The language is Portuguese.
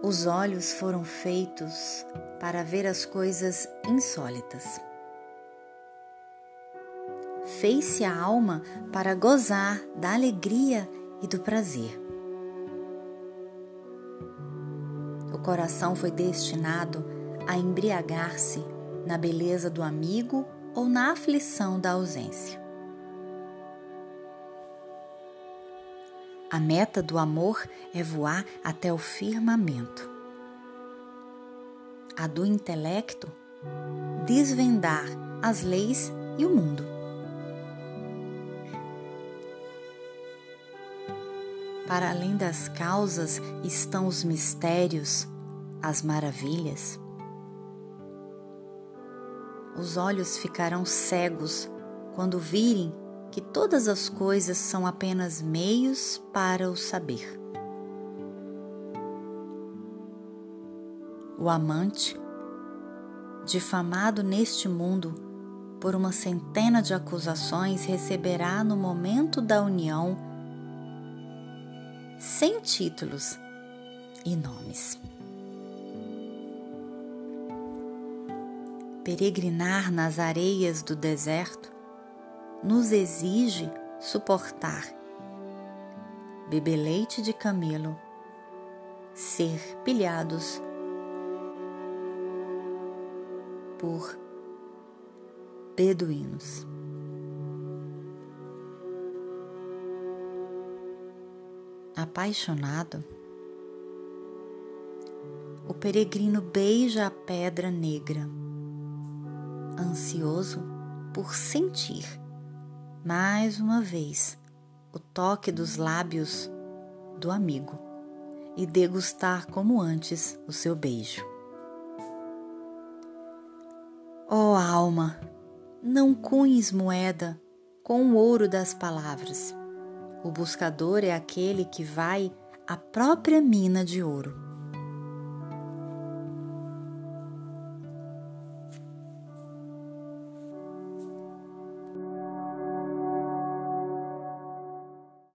Os olhos foram feitos para ver as coisas insólitas. Fez-se a alma para gozar da alegria e do prazer. O coração foi destinado a embriagar-se na beleza do amigo ou na aflição da ausência. A meta do amor é voar até o firmamento. A do intelecto, desvendar as leis e o mundo. Para além das causas estão os mistérios, as maravilhas. Os olhos ficarão cegos quando virem que todas as coisas são apenas meios para o saber. O amante, difamado neste mundo por uma centena de acusações, receberá no momento da união 100 títulos e nomes. Peregrinar nas areias do deserto nos exige suportar beber leite de camelo, ser pilhados por beduínos. Apaixonado, o peregrino beija a pedra negra, ansioso por sentir mais uma vez o toque dos lábios do amigo e degustar como antes o seu beijo. Ó alma, não cunhes moeda com o ouro das palavras. O buscador é aquele que vai à própria mina de ouro.